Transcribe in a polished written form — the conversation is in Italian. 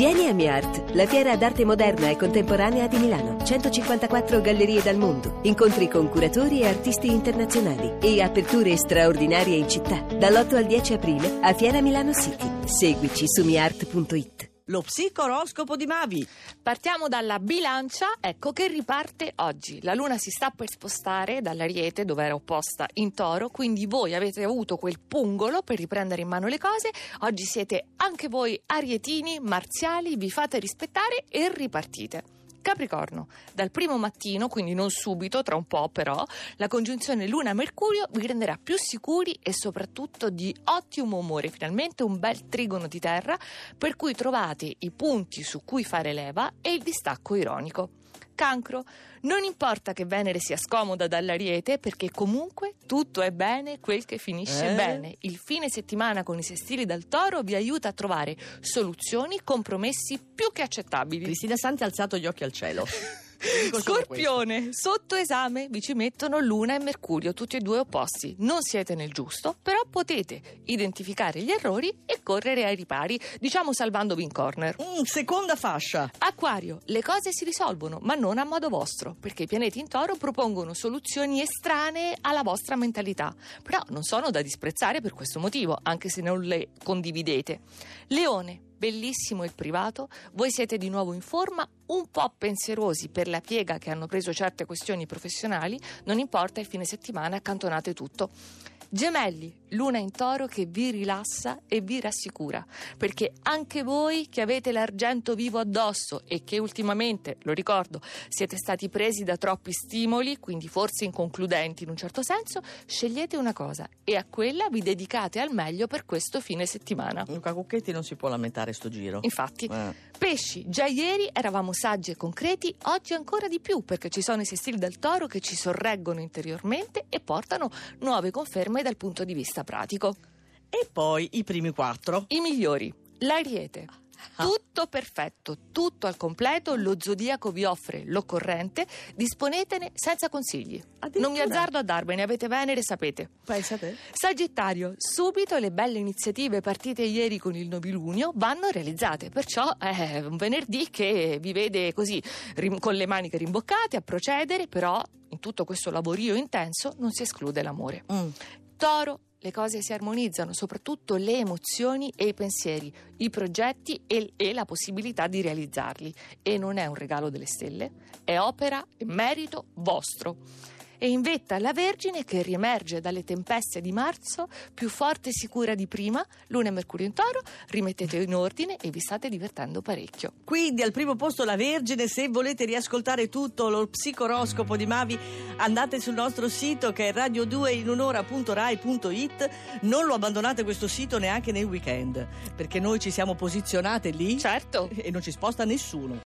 Vieni a MiArt, la fiera d'arte moderna e contemporanea di Milano. 154 gallerie dal mondo, incontri con curatori e artisti internazionali e aperture straordinarie in città. Dall'8 al 10 aprile a Fiera Milano City. Seguici su miart.it. Lo psicoroscopo di Mavi. Partiamo dalla Bilancia, ecco che riparte oggi. La luna si sta per spostare dall'Ariete, dove era opposta, in Toro, quindi voi avete avuto quel pungolo per riprendere in mano le cose. Oggi siete anche voi arietini, marziali, vi fate rispettare e ripartite. Capricorno, dal primo mattino, quindi non subito, tra un po' però, la congiunzione Luna-Mercurio vi renderà più sicuri e soprattutto di ottimo umore. Finalmente un bel trigono di terra, per cui trovate i punti su cui fare leva e il distacco ironico. Cancro, non importa che Venere sia scomoda dall'Ariete, perché comunque tutto è bene quel che finisce bene. Il fine settimana con i sestili dal Toro vi aiuta a trovare soluzioni, compromessi più che accettabili. Cristina Santi ha alzato gli occhi al cielo. Scorpione, sotto esame vi ci mettono Luna e Mercurio, tutti e due opposti. Non siete nel giusto, però potete identificare gli errori e correre ai ripari, diciamo salvandovi in corner. Seconda fascia. Acquario, le cose si risolvono, ma non a modo vostro, perché i pianeti in Toro propongono soluzioni estranee alla vostra mentalità, però non sono da disprezzare per questo motivo, anche se non le condividete. Leone, bellissimo il privato, voi siete di nuovo in forma, un po' pensierosi per la piega che hanno preso certe questioni professionali, non importa, il fine settimana accantonate tutto. Gemelli, Luna in Toro che vi rilassa e vi rassicura, perché anche voi che avete l'argento vivo addosso e che ultimamente, lo ricordo, siete stati presi da troppi stimoli, quindi forse inconcludenti in un certo senso, scegliete una cosa e a quella vi dedicate al meglio per questo fine settimana. Luca Cucchetti non si può lamentare sto giro. Infatti, Pesci, già ieri eravamo saggi e concreti, oggi ancora di più, perché ci sono i sestili del Toro che ci sorreggono interiormente e portano nuove conferme dal punto di vista pratico. E poi i primi 4. I migliori. L'Ariete. Tutto perfetto, tutto al completo, lo zodiaco vi offre l'occorrente, disponetene senza consigli. Non mi azzardo a darvene, avete Venere, sapete. Pensate. Sagittario, subito le belle iniziative partite ieri con il nobilunio vanno realizzate, perciò è un venerdì che vi vede così con le maniche rimboccate a procedere, però in tutto questo lavorio intenso non si esclude l'amore. Toro, le cose si armonizzano, soprattutto le emozioni e i pensieri, i progetti e la possibilità di realizzarli. E non è un regalo delle stelle, è opera e merito vostro. E in vetta la Vergine che riemerge dalle tempeste di marzo, più forte e sicura di prima, Luna e Mercurio in Toro, rimettete in ordine e vi state divertendo parecchio. Quindi al primo posto la Vergine. Se volete riascoltare tutto lo psicoroscopo di Mavi, andate sul nostro sito che è radio2inunora.rai.it. Non lo abbandonate questo sito neanche nel weekend, perché noi ci siamo posizionate lì. Certo. E non ci sposta nessuno.